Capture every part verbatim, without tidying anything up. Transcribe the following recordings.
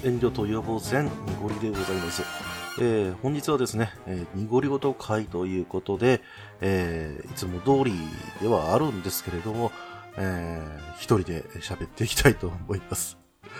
遠慮と予防戦、にごりでございます。えー、本日はですね、えー、にごりごと会ということで、えー、いつも通りではあるんですけれども、えー、一人で喋っていきたいと思います。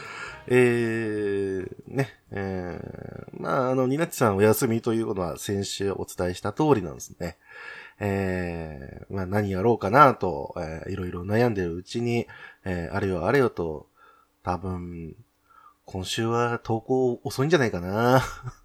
えー、ね、えー、まあ、あの、ニナッチさんお休みということは先週お伝えした通りなんですね。えー、まあ何やろうかなと、えー、いろいろ悩んでるうちに、えー、あれよあれよと、多分、今週は投稿遅いんじゃないかな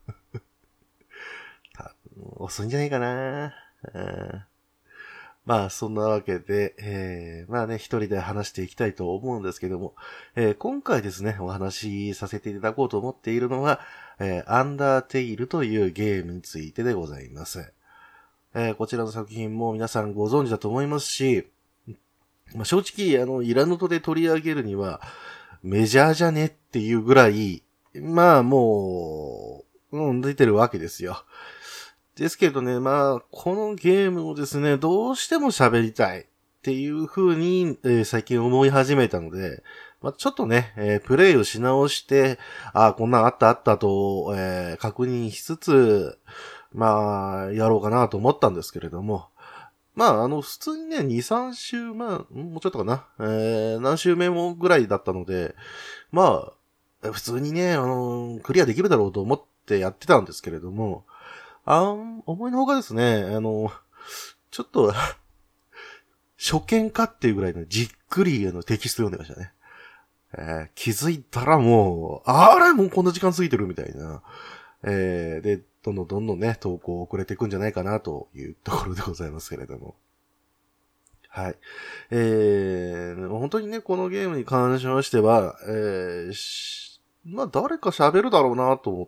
多分遅いんじゃないかな、うん、まあそんなわけで、えー、まあね、一人で話していきたいと思うんですけども、えー、今回ですね、お話しさせていただこうと思っているのは、えー、アンダーテイルというゲームについてでございます。えー、こちらの作品も皆さんご存知だと思いますし、まあ、正直、あの、イラノトで取り上げるには、メジャーじゃねっていうぐらい、まあもう、うん、出てるわけですよ。ですけどね、まあ、このゲームをですね、どうしても喋りたいっていう風に、えー、最近思い始めたので、まあ、ちょっとね、えー、プレイをし直して、あ、こんなんあったあったと、えー、確認しつつ、まあ、やろうかなと思ったんですけれども、まあ、あの、普通にね、に、さん週、まあ、もうちょっとかな、えー、何週目もぐらいだったので、まあ、普通にね、あの、クリアできるだろうと思ってやってたんですけれども、あん、思いのほかですね、あの、ちょっと、初見かっていうぐらいのじっくりあのテキスト読んでましたね。えー、気づいたらもう、あれもうこんな時間過ぎてるみたいな。えー、で、どんどんどんどんね、投稿遅れていくんじゃないかなというところでございますけれども。はい。えー、本当にね、このゲームに関しましては、えー、まあ、誰か喋るだろうなと思って、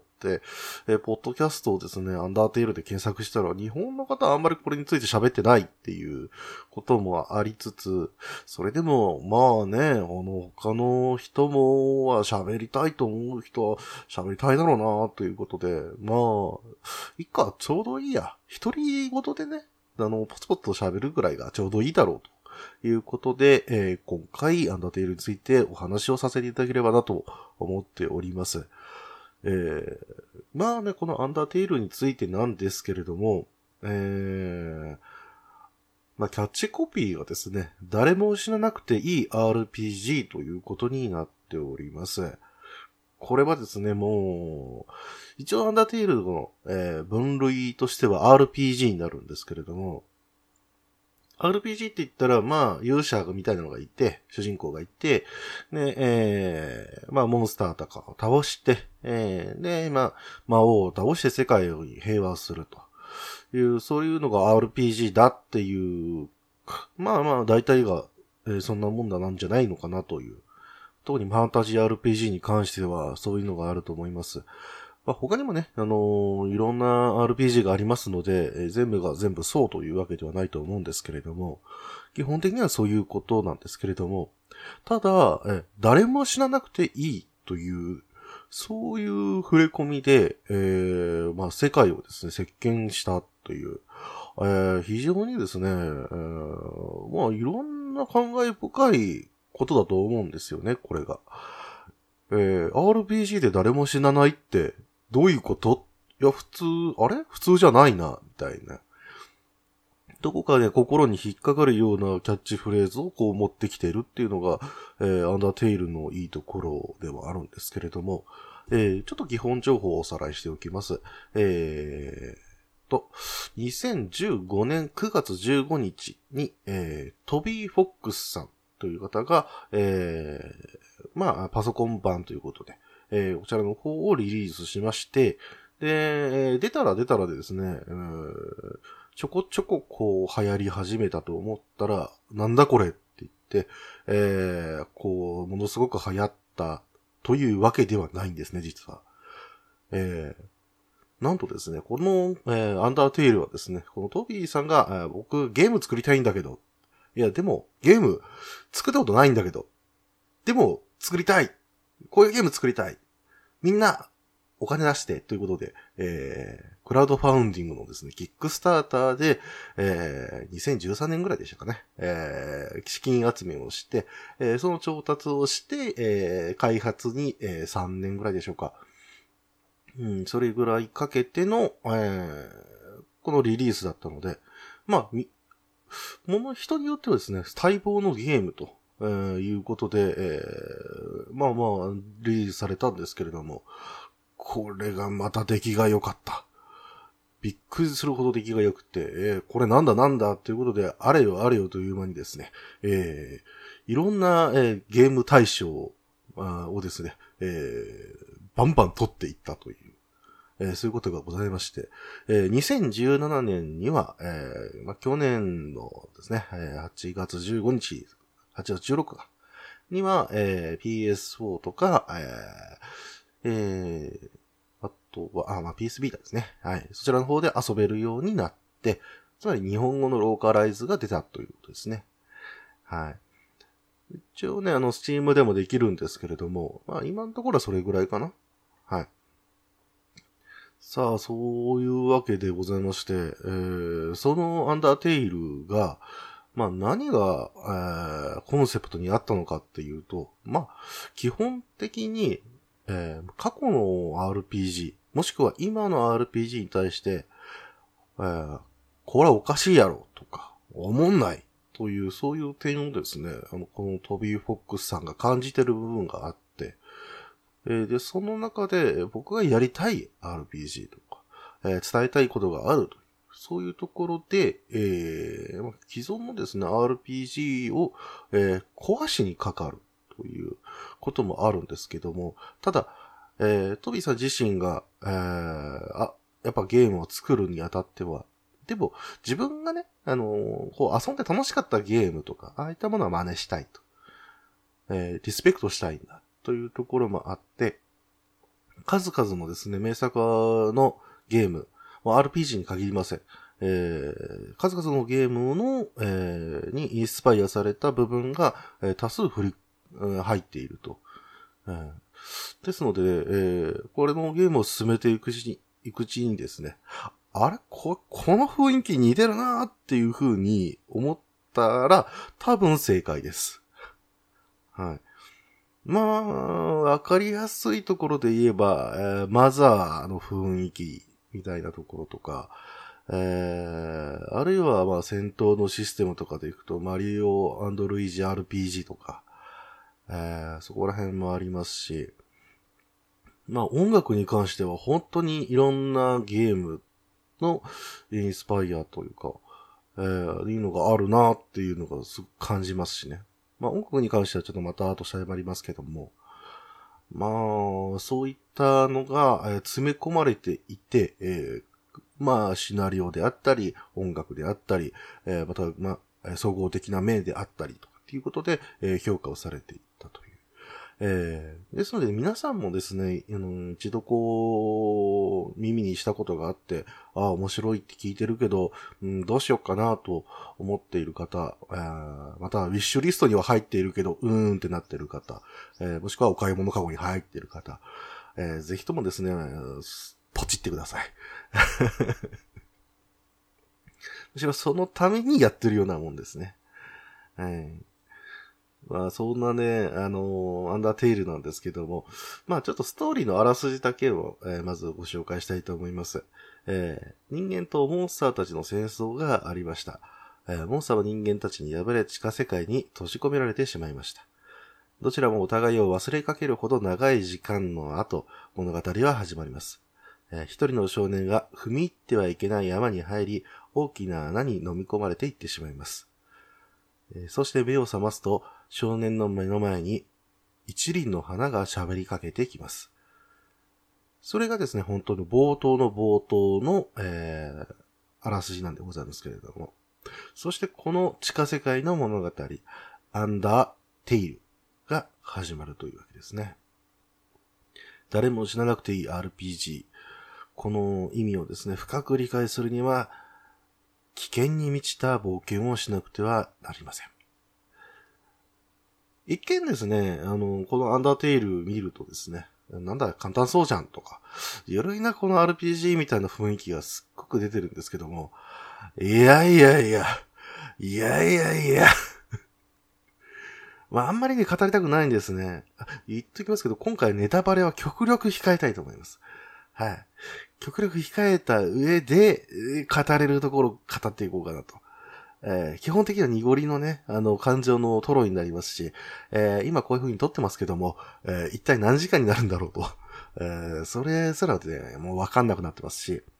えー、ポッドキャストをですね、アンダーテイルで検索したら、日本の方はあんまりこれについて喋ってないっていうこともありつつ、それでも、まあね、あの、他の人もは喋りたいと思う人は喋りたいだろうなということで、まあ、いいか、ちょうどいいや。一人ごとでね、あの、ポツポツと喋るぐらいがちょうどいいだろうということで、えー、今回アンダーテイルについてお話をさせていただければなと思っております。えー、まあね、このアンダーテイルについてなんですけれども、えー、まあ、キャッチコピーがですね、誰も死ななくていい アールピージー ということになっております。これはですね、もう、一応アンダーテイルの、えー、分類としては アールピージー になるんですけれども、アールピージー って言ったら、まあ、勇者みたいなのがいて、主人公がいて、で、えー、まあ、モンスターとかを倒して、えー、で、まあ、魔王を倒して世界を平和するという、そういうのが アールピージー だっていう、まあまあ、大体が、えー、そんなもんだなんじゃないのかなという。特にファンタジー アールピージー に関しては、そういうのがあると思います。まあ、他にもね、あのー、いろんな アールピージー がありますので、えー、全部が全部そうというわけではないと思うんですけれども、基本的にはそういうことなんですけれども、ただ、え誰も死ななくていいという、そういう触れ込みで、えー、まあ、世界をですね、席巻したという、えー、非常にですね、えー、まあ、いろんな感慨深いことだと思うんですよね、これが。えー、アールピージー で誰も死なないって、どういうこと？いや、普通、あれ普通じゃないな、みたいな。どこかで心に引っかかるようなキャッチフレーズをこう持ってきてるっていうのが、えー、アンダーテイルのいいところではあるんですけれども、えー、ちょっと基本情報をおさらいしておきます。えーと、にせんじゅうごねんくがつじゅうごにちに、えー、トビー・フォックスさんという方が、えー、まあ、パソコン版ということで、えー、こちらの方をリリースしまして、で、出たら出たらでですね、えー、ちょこちょここう流行り始めたと思ったら、なんだこれって言って、えー、こう、ものすごく流行ったというわけではないんですね、実は。えー、なんとですね、この、えー、アンダーテイルはですね、このトビーさんが、えー、僕ゲーム作りたいんだけど、いや、でも、ゲーム作ったことないんだけど、でも、作りたい。こういうゲーム作りたい。みんな、 お金出してということで、えー、クラウドファウンディングのですね、キックスターターで、えー、にせんじゅうさんねんぐらいでしたかね、えー、資金集めをして、えー、その調達をして、えー、開発に、えー、さんねんぐらいでしょうか。うん、それぐらいかけての、えー、このリリースだったので、まあ、もの人によってはですね、待望のゲームと、えー、いうことで、えー、まあまあ、リリースされたんですけれども、これがまた出来が良かった。びっくりするほど出来が良くて、えー、これなんだなんだということで、あれよあれよという間にですね、えー、いろんな、えー、ゲーム対象ををですね、えー、バンバン取っていったという、えー、そういうことがございまして、えー、にせんじゅうななねんには、えーまあ、去年のですね、はちがつじゅうごにち、はちがつじゅうろくにちには、えー、ピーエスフォー とか、えーえー、あとは、あ、まあ、ピーエス ビータですね。はい。そちらの方で遊べるようになって、つまり日本語のローカライズが出たということですね。はい。一応ね、あの、Steam でもできるんですけれども、まあ、今のところはそれぐらいかな。はい。さあ、そういうわけでございまして、えー、そのアンダーテイルが、まあ何が、えー、コンセプトにあったのかっていうと、まあ、基本的に、えー、過去の アールピージー、もしくは今の アールピージー に対して、えー、これはおかしいやろとか、思んないという、そういう点をですね、あの、このトビー・フォックスさんが感じてる部分があって、えー、で、その中で僕がやりたい アールピージー とか、えー、伝えたいことがあるという、そういうところで、えー、既存のですね、アールピージー を、えー、壊しにかかるということもあるんですけども、ただ、えー、トビーさん自身が、えー、あ、やっぱゲームを作るにあたっては、でも自分がね、あのー、こう遊んで楽しかったゲームとか、ああいったものは真似したいと。えー、リスペクトしたいんだというところもあって、数々のですね、名作のゲーム、アールピージー に限りません。えー、数々のゲームの、えー、にインスパイアされた部分が、えー、多数振り、えー、入っていると。えー、ですので、えー、これのゲームを進めていくうちに、いくうちにですね、あれこ、この雰囲気似てるなーっていう風に思ったら、多分正解です。はい。まあ、わかりやすいところで言えば、えー、マザーの雰囲気みたいなところとか、えー、あるいはまあ戦闘のシステムとかでいくと、マリオ&ルイージ アールピージー とか、えー、そこら辺もありますし、まあ音楽に関しては本当にいろんなゲームのインスパイアというか、えー、いうのがあるなっていうのがすごく感じますしね。まあ音楽に関してはちょっとまた後喋りますけども、まあ、そういったのが、えー、詰め込まれていて、えー、まあ、シナリオであったり、音楽であったり、えー、また、まあ、総合的な面であったりとかっていうことで、えー、評価をされていったという。えー、ですので皆さんもですね、あの一度こう、耳にしたことがあって、ああ、面白いって聞いてるけど、うん、どうしようかなと思っている方、えー、またはウィッシュリストには入っているけど、うーんってなっている方、えー、もしくはお買い物カゴに入っている方、えー、ぜひともですね、ポチってください。むしろそのためにやってるようなもんですね。はい。まあそんなね、あのー、アンダーテイルなんですけども、まあちょっとストーリーのあらすじだけを、えー、まずご紹介したいと思います。えー、人間とモンスターたちの戦争がありました。えー、モンスターは人間たちに敗れ地下世界に閉じ込められてしまいました。どちらもお互いを忘れかけるほど長い時間の後、物語は始まります。えー、一人の少年が踏み入ってはいけない山に入り、大きな穴に飲み込まれていってしまいます。えー、そして目を覚ますと、少年の目の前に一輪の花が喋りかけてきます。それがですね、本当に冒頭の冒頭の、えー、あらすじなんでございますけれども。そしてこの地下世界の物語、アンダーテイルが始まるというわけですね。誰も死ななくていい アールピージー。この意味をですね、深く理解するには、危険に満ちた冒険をしなくてはなりません。一見ですね、あの、このアンダーテイル見るとですね、 なんだ、簡単そうじゃんとか、ゆるいなこの アールピージー みたいな雰囲気がすっごく出てるんですけども、いやいやいや、いやいやいや、まあ、あんまりね、語りたくないんですね。言っときますけど、今回ネタバレは極力控えたいと思います。はい。極力控えた上で、語れるところを語っていこうかなと。えー、基本的には濁りのね、あの、感情のトロイになりますし、えー、今こういう風に撮ってますけども、えー、一体何時間になるんだろうと。えー、それすらで、ね、もうわかんなくなってますし、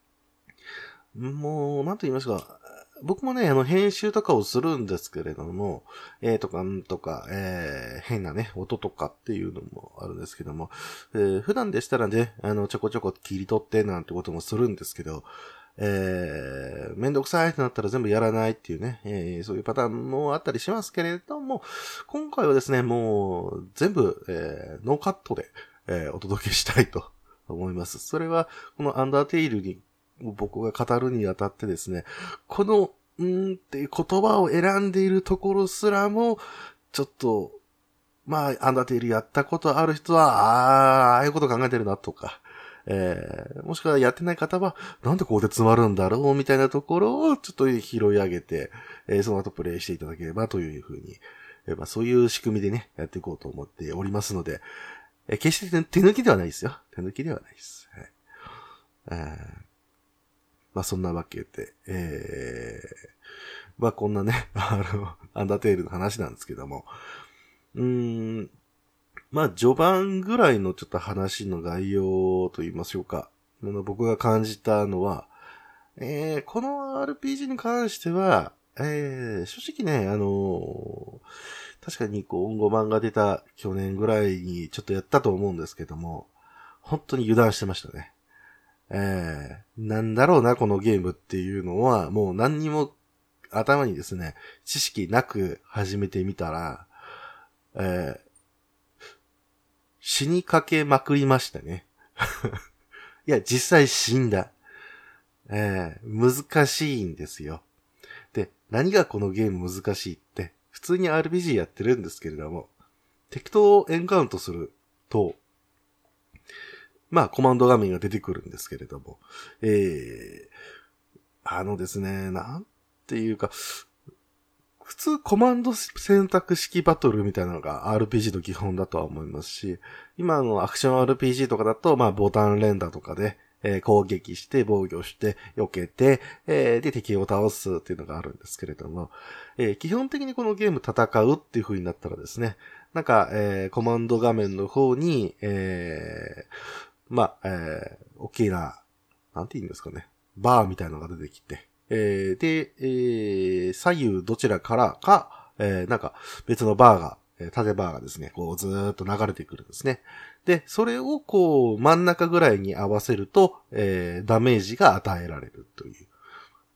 もう、なんと言いますか、僕もね、あの、編集とかをするんですけれども、えーとか、んとか、えー、変なね、音とかっていうのもあるんですけども、えー、普段でしたらね、あの、ちょこちょこ切り取ってなんてこともするんですけど、えー、めんどくさいってなったら全部やらないっていうね、えー、そういうパターンもあったりしますけれども、今回はですね、もう、全部、えー、ノーカットで、えー、お届けしたいと思います。それは、このアンダーテイルに僕が語るにあたってですね、この、うーんっていう言葉を選んでいるところすらも、ちょっと、まあ、アンダーテイルやったことある人は、ああ、ああいうこと考えてるなとか、えー、もしくはやってない方は、なんでこうで詰まるんだろうみたいなところをちょっと拾い上げて、えー、その後プレイしていただければというふうに、えーまあ、そういう仕組みでね、やっていこうと思っておりますので、えー、決して手抜きではないですよ。手抜きではないです。はい。えーまあそんなわけで、えー、まあこんなね、あの、アンダーテールの話なんですけども、うーん、まあ序盤ぐらいのちょっと話の概要と言いましょうか。僕が感じたのは、えー、この アールピージー に関しては、えー、正直ね、あのー、確かにこう、ごばんが出た去年ぐらいにちょっとやったと思うんですけども、本当に油断してましたね。えー、なんだろうな、このゲームっていうのは、もう何にも頭にですね、知識なく始めてみたら、えー、死にかけまくりましたね。いや、実際死んだ。えー、難しいんですよ。で、何がこのゲーム難しいって、普通に アールピージー やってるんですけれども、敵とエンカウントすると、まあ、コマンド画面が出てくるんですけれども、えー、あのですね、なんていうか、普通コマンド選択式バトルみたいなのが アールピージー の基本だとは思いますし、今のアクション アールピージー とかだと、まあ、ボタン連打とかで、えー、攻撃して、防御して、避けて、えー、で、敵を倒すっていうのがあるんですけれども、えー、基本的にこのゲーム戦うっていう風になったらですね、なんか、えー、コマンド画面の方に、えー、まあ、えー、大きな、なんて言うんですかね。バーみたいなのが出てきて、えー、で、えー、左右どちらからか、えー、なんか別のバーが、縦バーがですね、こうずーっと流れてくるんですね。で、それをこう真ん中ぐらいに合わせると、えー、ダメージが与えられるという。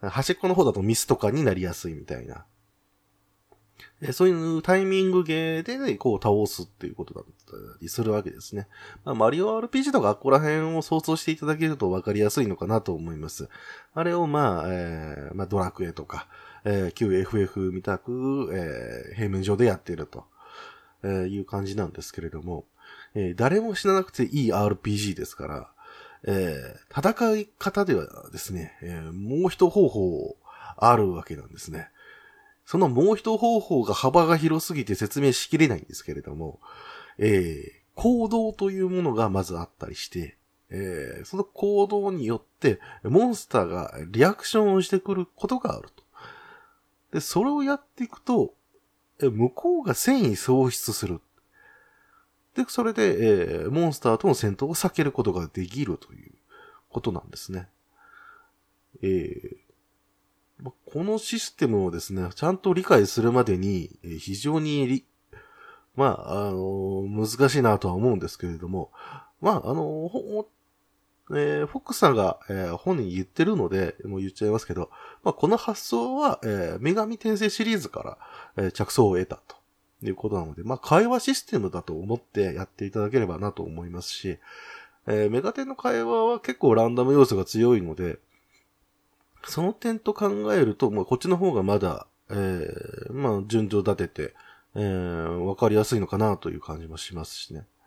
端っこの方だとミスとかになりやすいみたいな。そういうタイミングゲーで、ね、こう倒すっていうことだったりするわけですね。まあ、マリオ アールピージー とかここら辺を想像していただけると分かりやすいのかなと思います。あれをまあ、えー、まあドラクエとか、えー、旧 エフエフ みたく、えー、平面上でやっていると、えー、いう感じなんですけれども、えー、誰も死ななくていい アールピージー ですから、えー、戦い方ではですね、えー、もう一方法あるわけなんですね。そのもう一方法が幅が広すぎて説明しきれないんですけれども、えー、行動というものがまずあったりして、えー、その行動によってモンスターがリアクションをしてくることがあると。で、それをやっていくと、向こうが戦意喪失する。で、それで、えー、モンスターとの戦闘を避けることができるということなんですね。えーこのシステムをですね、ちゃんと理解するまでに、非常に、まあ、あの、難しいなとは思うんですけれども、まあ、あの、えー、フォックスさんが、えー、本人言ってるので、もう言っちゃいますけど、まあ、この発想は、えー、女神転生シリーズから、えー、着想を得たということなので、まあ、会話システムだと思ってやっていただければなと思いますし、えー、メガテンの会話は結構ランダム要素が強いので、その点と考えると、まあ、こっちの方がまだ、えー、まあ、順序立てて、えー、わかりやすいのかなという感じもしますしね。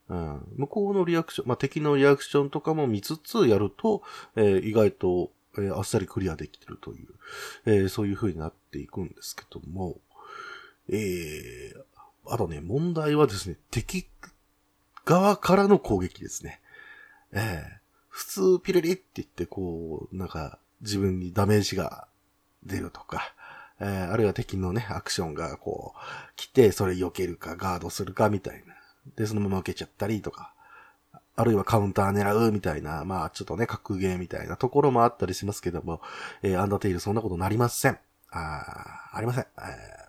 うん、向こうのリアクション、まあ、敵のリアクションとかも見つつやると、えー、意外と、えー、あっさりクリアできてるという、えー、そういう風になっていくんですけども、えー、あとね、問題はですね、敵側からの攻撃ですね。えー、普通ピリリって言ってこう、なんか自分にダメージが出るとか、えー、あるいは敵のね、アクションがこう、来て、それ避けるかガードするかみたいな。で、そのまま受けちゃったりとか、あるいはカウンター狙うみたいな、まあちょっとね、格ゲーみたいなところもあったりしますけども、えー、アンダーテイルそんなことなりません。あー、ありません。えー、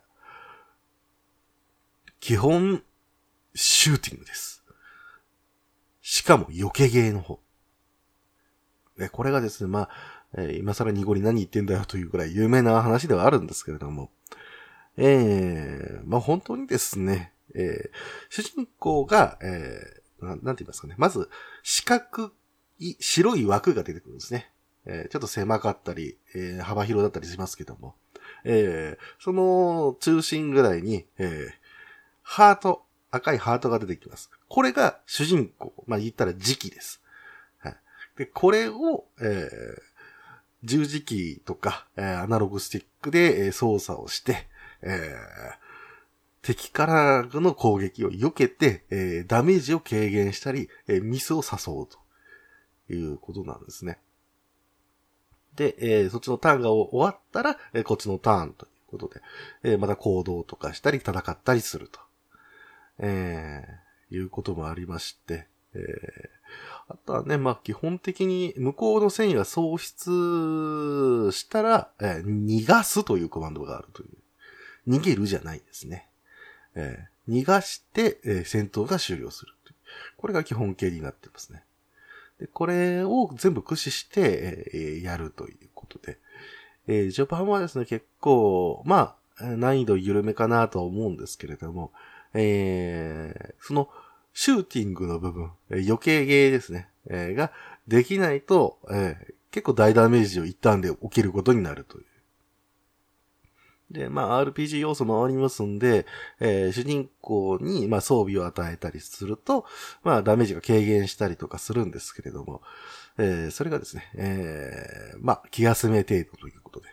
基本、シューティングです。しかも、避けゲーの方。で、これがですね、まあ、えー、今更濁り何言ってんだよというくらい有名な話ではあるんですけれども、えー、まあ本当にですね、えー、主人公が、えー、な, なんて言いますかね。まず、四角い、白い枠が出てくるんですね。えー、ちょっと狭かったり、えー、幅広だったりしますけども。えー、その中心ぐらいに、えー、ハート、赤いハートが出てきます。これが主人公。まあ言ったら磁気です。はい。で、これを、えー、十字キーとか、えー、アナログスティックで、えー、操作をして、えー、敵からの攻撃を避けて、えー、ダメージを軽減したり、えー、ミスを誘うということなんですね。で、えー、そっちのターンが終わったら、えー、こっちのターンということで、えー、また行動とかしたり戦ったりすると、えー、いうこともありまして、えー、あとはね、まあ、基本的に向こうの戦意が喪失したら、えー、逃がすというコマンドがあるという。逃げるじゃないですね。えー、逃がして、えー、戦闘が終了するという。これが基本形になってますね。で、これを全部駆使して、えー、やるということで。えー、序盤はですね、結構、まあ、難易度緩めかなとは思うんですけれども、えー、その、シューティングの部分、余計ゲーですね、えー、ができないと、えー、結構大ダメージを一旦で起きることになるという。で、まあ、アールピージー 要素もありますんで、えー、主人公に、まあ、装備を与えたりすると、まあ、ダメージが軽減したりとかするんですけれども、えー、それがですね、えー、まあ、気休め程度ということで。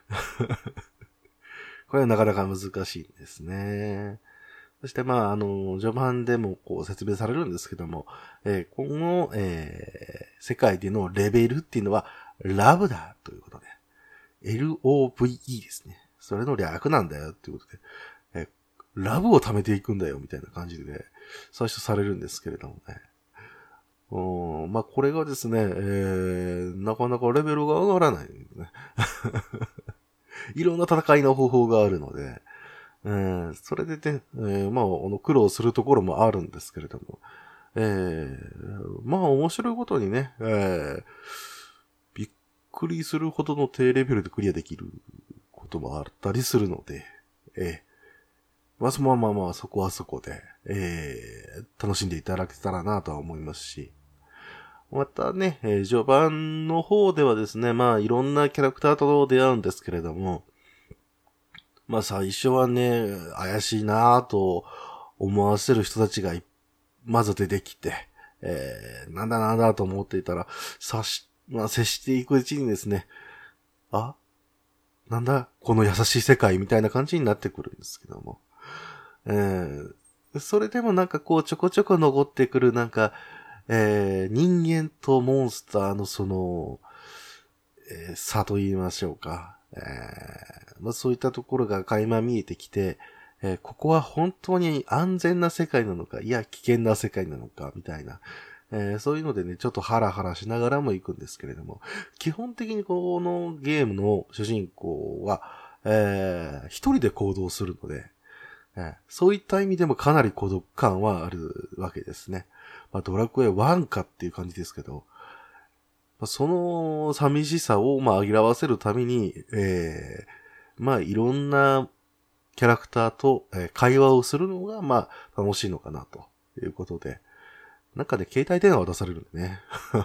これはなかなか難しいんですね。そして、まあ、あの、序盤でもこう説明されるんですけども、えー、この、えー、世界でのレベルっていうのは、ラブだということで、エルオーブイイー ですね。それの略なんだよっていうことで、え、ラブを貯めていくんだよみたいな感じで、ね、最初されるんですけれどもね。うん、まあこれがですね、えー、なかなかレベルが上がらない、ね。いろんな戦いの方法があるので、えー、それでね、えー、まあ、あの苦労するところもあるんですけれども、えー、まあ面白いことにね、えー、びっくりするほどの低レベルでクリアできることもあったりするので、えー、まあまあまあまあ、そこはそこで、えー、楽しんでいただけたらなとは思いますし、またね、えー、序盤の方ではですね、まあいろんなキャラクターと出会うんですけれども、まあ最初はね、怪しいなぁと思わせる人たちがまず出てきて、えー、なんだなんだと思っていたら、さし、まあ接していくうちにですね、あなんだこの優しい世界みたいな感じになってくるんですけども。えー、それでもなんかこうちょこちょこ残ってくるなんか、えー、人間とモンスターのその、えー、差と言いましょうか。えーまあ、そういったところが垣間見えてきて、えー、ここは本当に安全な世界なのか、いや危険な世界なのか、みたいな。えー、そういうのでね、ちょっとハラハラしながらも行くんですけれども、基本的にこのゲームの主人公は、えー、一人で行動するので、えー、そういった意味でもかなり孤独感はあるわけですね。まあ、ドラクエワンかっていう感じですけど、まあ、その寂しさをまあ紛らわせるために、えー、まあいろんなキャラクターと会話をするのがまあ楽しいのかなということで、なんかね、携帯電話渡されるんでね。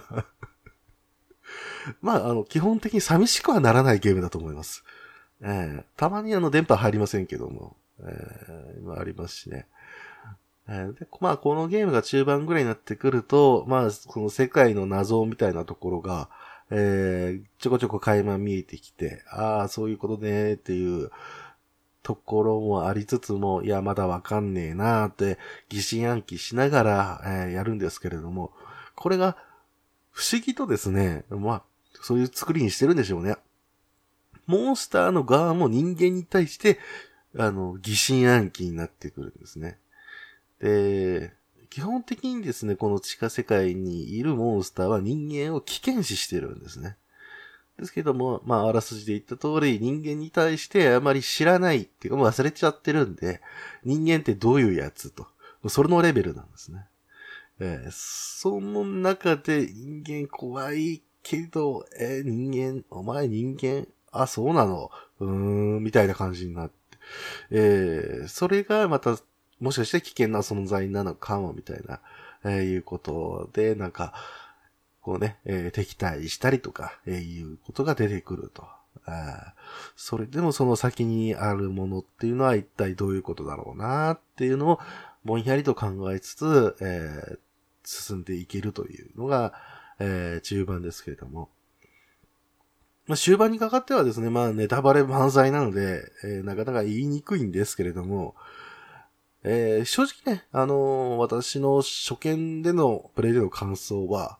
まあ、あの、基本的に寂しくはならないゲームだと思います。えー、たまにあの、電波入りませんけども、えー、まあありますしね。 で、まあ、このゲームが中盤ぐらいになってくると、まあ、この世界の謎みたいなところが、えー、ちょこちょこ垣間見えてきて、ああ、そういうことねっていうところもありつつも、いや、まだわかんねえなーって疑心暗鬼しながら、えー、やるんですけれども、これが不思議とですね、まあ、そういう作りにしてるんでしょうね。モンスターの側も人間に対して、あの、疑心暗鬼になってくるんですね。で、基本的にですね、この地下世界にいるモンスターは人間を危険視してるんですね。ですけども、まあ、あらすじで言った通り、人間に対してあまり知らないっていうか、もう忘れちゃってるんで、人間ってどういうやつと、それのレベルなんですね。えー、その中で人間怖いけど、えー、人間、お前人間、あ、そうなの、うーん、みたいな感じになって、えー、それがまた、もしかして危険な存在なのかも、みたいな、えー、いうことで、なんか、こうね、えー、敵対したりとか、えー、いうことが出てくると。あそれでもその先にあるものっていうのは一体どういうことだろうなっていうのをぼんやりと考えつつ、えー、進んでいけるというのが、えー、中盤ですけれども。まあ、終盤にかかってはですね、まあネタバレ満載なので、えー、なかなか言いにくいんですけれども、えー、正直ね、あのー、私の初見でのプレイでの感想は、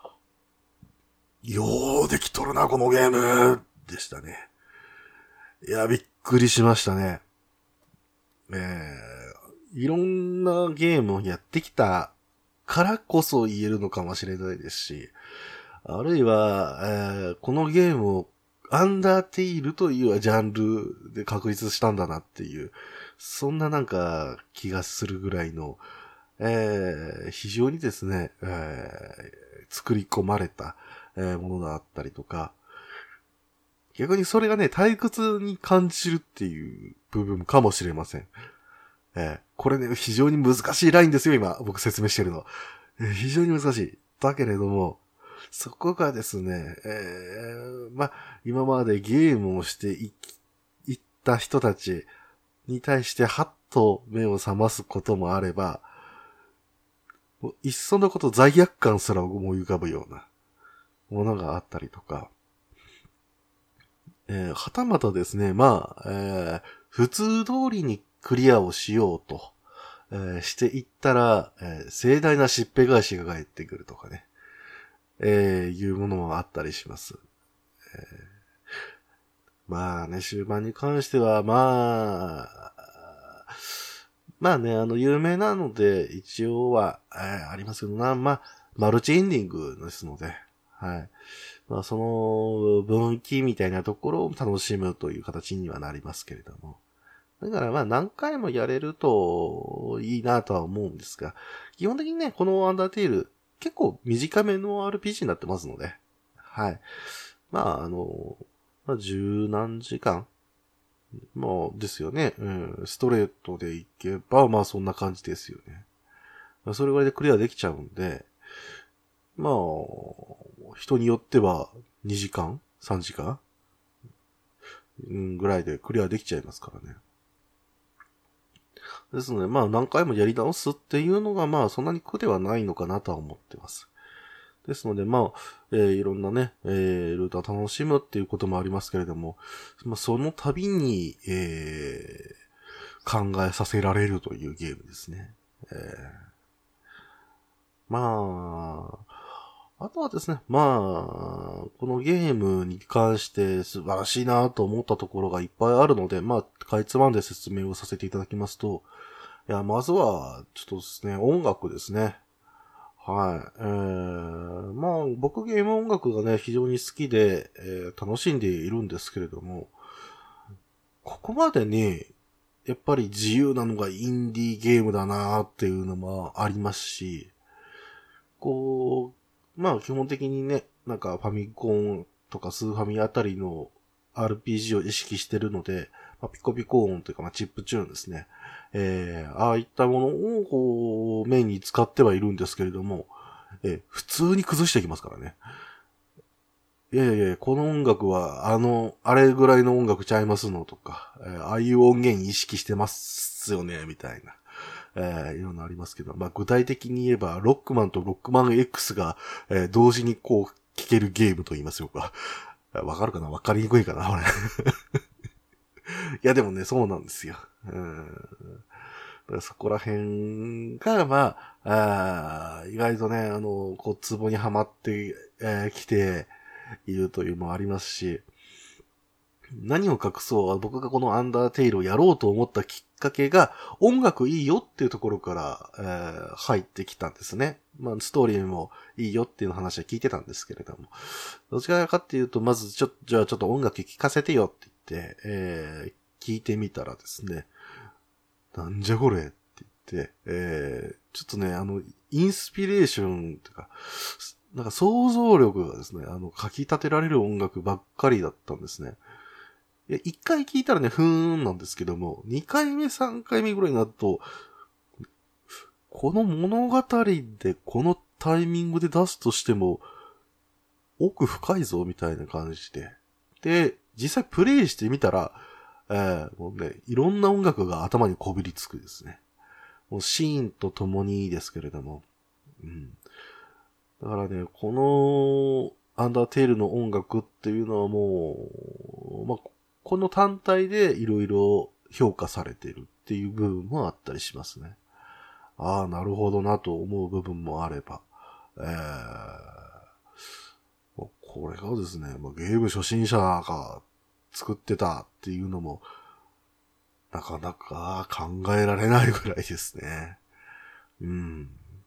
よーできとるな、このゲームでしたね。いや、びっくりしましたね。えー、いろんなゲームをやってきたからこそ言えるのかもしれないですし、あるいは、えー、このゲームをアンダーテイルというジャンルで確立したんだなっていう、そんななんか気がするぐらいの、えー、非常にですね、えー、作り込まれた、えー、ものだったりとか、逆にそれがね、退屈に感じるっていう部分かもしれません。えー、これね、非常に難しいラインですよ、今、僕説明してるの。えー、非常に難しい。だけれども、そこがですね、えー、まあ、今までゲームをしていいった人たちに対してハッと目を覚ますこともあれば、いっそのこと罪悪感すら思い浮かぶようなものがあったりとか、えー、はたまたですね、まあ、えー、普通通りにクリアをしようと、えー、していったら、えー、盛大なしっぺ返しが返ってくるとかね、えー、いうものもあったりします。えー、まあね、終盤に関しては、まあ、まあね、あの、有名なので、一応は、えー、ありますけどな、まあ、マルチエンディングですので、はい。まあ、その分岐みたいなところを楽しむという形にはなりますけれども。だからまあ何回もやれるといいなとは思うんですが、基本的にね、このアンダーテイル結構短めの アールピージー になってますので、はい。まああの、まあ、十何時間まあですよね。うん。ストレートでいけば、まあそんな感じですよね。それぐらいでクリアできちゃうんで、まあ、人によってはにじかん ?さんじかん、うん、ぐらいでクリアできちゃいますからね。ですので、まあ何回もやり直すっていうのがまあそんなに苦ではないのかなとは思ってます。ですので、まあ、えー、いろんなね、えー、ルートを楽しむっていうこともありますけれども、まあ、その度に、えー、考えさせられるというゲームですね。えー、まあ、あとはですね、まあ、このゲームに関して素晴らしいなと思ったところがいっぱいあるので、まあ、かいつまんで説明をさせていただきますと、いや、まずは、ちょっとですね、音楽ですね。はい。えー、まあ、僕ゲーム音楽がね、非常に好きで、えー、楽しんでいるんですけれども、ここまでね、やっぱり自由なのがインディーゲームだなっていうのもありますし、こう、まあ基本的にね、なんかファミコンとかスーファミあたりの アールピージー を意識してるので、まあ、ピコピコ音というか、まあ、チップチューンですね。えー、ああいったものをこうメインに使ってはいるんですけれども、えー、普通に崩していきますからね。いやいやいや、この音楽は、あの、あれぐらいの音楽ちゃいますのとか、えー、ああいう音源意識してますよね、みたいな。 えー、いろんなありますけど、まあ、具体的に言えば、ロックマンとロックマン X が、えー、同時にこう、聴けるゲームと言いますよか。わかるかなわかりにくいかなこれ。いや、でもね、そうなんですよ。うん、だからそこら辺が、まあ、あ意外とね、あの、こう、ツボにはまってき、えー、ているというのもありますし、何を隠そう、僕がこのアンダーテイルをやろうと思ったきっかけが、音楽いいよっていうところから、えー、入ってきたんですね。まあ、ストーリーもいいよっていう話は聞いてたんですけれども。どちらかっていうと、まずちょっと、じゃあちょっと音楽聴かせてよって言って、えー、聞いてみたらですね、なんじゃこれって言って、えー、ちょっとね、あの、インスピレーションとか、なんか想像力がですね、あの、かき立てられる音楽ばっかりだったんですね。いや、一回聞いたらね、ふーんなんですけども、二回目、三回目ぐらいになると、この物語でこのタイミングで出すとしても、奥深いぞ、みたいな感じで。で、実際プレイしてみたら、えー、もうね、いろんな音楽が頭にこびりつくですね。もうシーンとともにですけれども。うん。だからね、このアンダーテールの音楽っていうのはもう、まあ、この単体でいろいろ評価されているっていう部分もあったりしますね。ああ、なるほどなと思う部分もあれば。えー、これがですね、まあ、ゲーム初心者が作ってたっていうのも、なかなか考えられないぐらいですね。うん。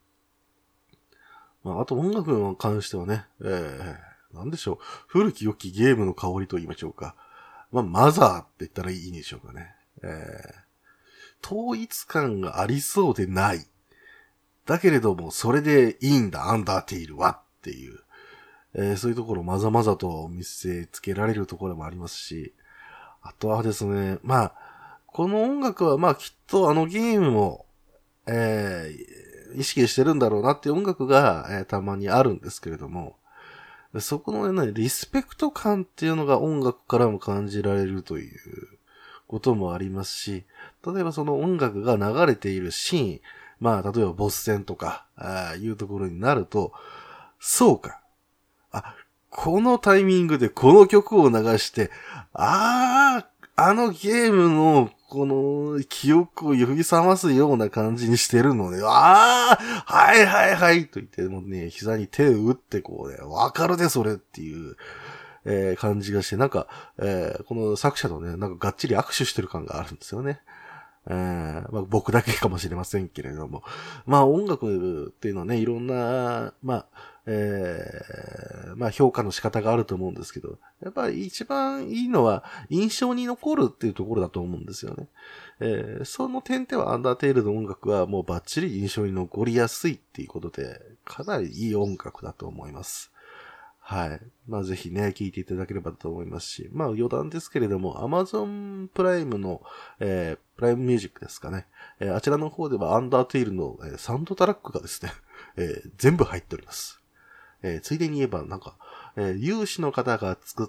まあ、あと音楽に関してはね、えー、なんでしょう。古き良きゲームの香りと言いましょうか。まあ、マザーって言ったらいいんでしょうかね。えー、統一感がありそうでない。だけれども、それでいいんだ、アンダーテイルはっていう、えー、そういうところをまざまざと見せつけられるところもありますし、あとはですね、まあ、この音楽はまあきっとあのゲームも、えー、意識してるんだろうなっていう音楽が、えー、たまにあるんですけれども、そこのね、リスペクト感っていうのが音楽からも感じられるということもありますし、例えばその音楽が流れているシーン、まあ例えばボス戦とか、ああいうところになると、そうか。あ、このタイミングでこの曲を流して、ああ、あのゲームのこの記憶を呼び覚ますような感じにしてるのね。ああ、はいはいはいと言って、もうね、膝に手を打ってこうね、わかるでそれっていう、えー、感じがして、なんか、えー、この作者とね、なんかがっちり握手してる感があるんですよね。えーまあ、僕だけかもしれませんけれども。まあ音楽っていうのはね、いろんな、まあ、えー、まあ評価の仕方があると思うんですけど、やっぱり一番いいのは印象に残るっていうところだと思うんですよね。えー、その点ではアンダーテールの音楽はもうバッチリ印象に残りやすいっていうことで、かなりいい音楽だと思います。はい。まあぜひね、聴いていただければと思いますし、まあ余談ですけれども、Amazon プライムの、えー、プライムミュージックですかね。えー、あちらの方ではアンダーテイルの、えー、サウンドトラックがですね、えー、全部入っております。えー、ついでに言えばなんか、えー、有志の方が作って、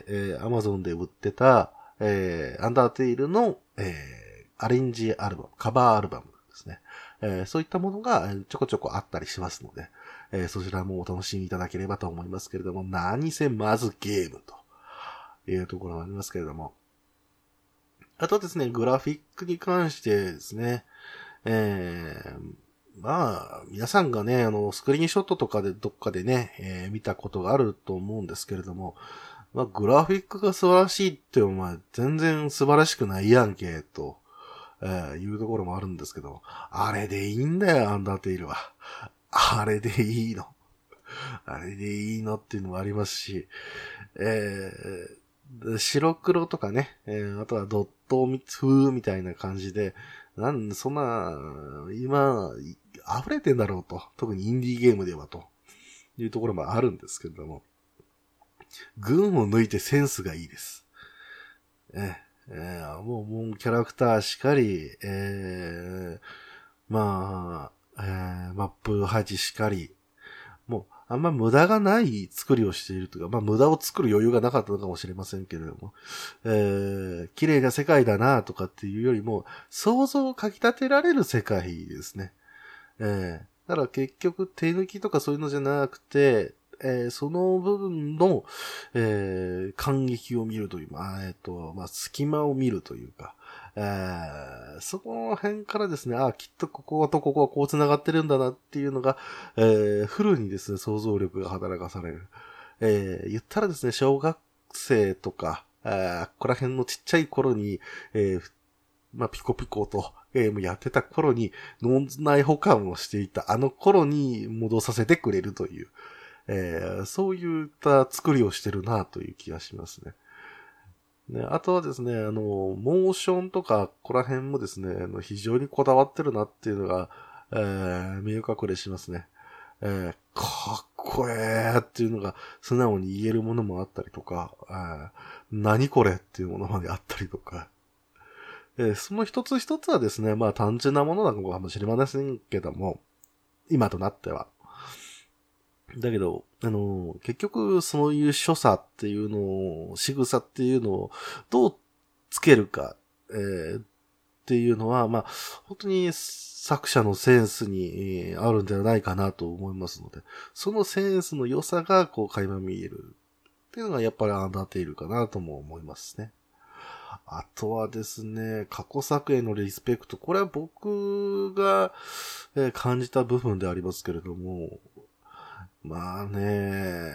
えー、Amazon で売ってた、えー、アンダーテイルの、えー、アレンジアルバム、カバーアルバムですね。えー、そういったものがちょこちょこあったりしますので、えー、そちらもお楽しみいただければと思いますけれども、何せまずゲームというところがありますけれども。あとですね、グラフィックに関してですね、えー、まあ、皆さんがね、あの、スクリーンショットとかでどっかでね、えー、見たことがあると思うんですけれども、まあ、グラフィックが素晴らしいって、お前、全然素晴らしくないやんけ、と、えー、いうところもあるんですけど、あれでいいんだよ、アンダーテイルは。あれでいいの。あれでいいのっていうのもありますし、えー、白黒とかね、えー、あとはドット風みたいな感じで、なんでそんな、今、溢れてんだろうと。特にインディーゲームではというところもあるんですけれども、群を抜いてセンスがいいです。ええー、もう、もうキャラクターしかり、えー、まあ、えー、マップ配置しかり、もう、 あんま無駄がない作りをしているというか、まあ無駄を作る余裕がなかったのかもしれませんけれども、えー、綺麗な世界だなとかっていうよりも、想像をかき立てられる世界ですね。えー、だから結局手抜きとかそういうのじゃなくて、えー、その部分の、えー、感激を見るという、まあ、えっと、まあ、隙間を見るというか、えー、そこの辺からですね、あ、きっとこことここはこう繋がってるんだなっていうのが、えー、フルにですね、想像力が働かされる。えー、言ったらですね、小学生とか、えー、ここら辺のちっちゃい頃に、えー、まあ、ピコピコとゲームやってた頃に脳内保管をしていたあの頃に戻させてくれるという、えー、そういった作りをしてるなという気がしますね。ね、あとはですね、あの、モーションとか、ここら辺もですね、あの非常にこだわってるなっていうのが、えー、見え隠れしますね。えー、かっこえーっていうのが素直に言えるものもあったりとか、えー、何これっていうものまであったりとか、えー、その一つ一つはですね、まあ単純なものなのかもしれませんけども、今となっては。だけど、あの、結局、そういう所作っていうのを、仕草っていうのを、どうつけるか、えー、っていうのは、まあ、本当に作者のセンスに、えー、あるんではないかなと思いますので、そのセンスの良さが、こう、垣間見えるっていうのが、やっぱりアンダーテイルかなとも思いますね。あとはですね、過去作へのリスペクト。これは僕が、えー、感じた部分でありますけれども、まあね、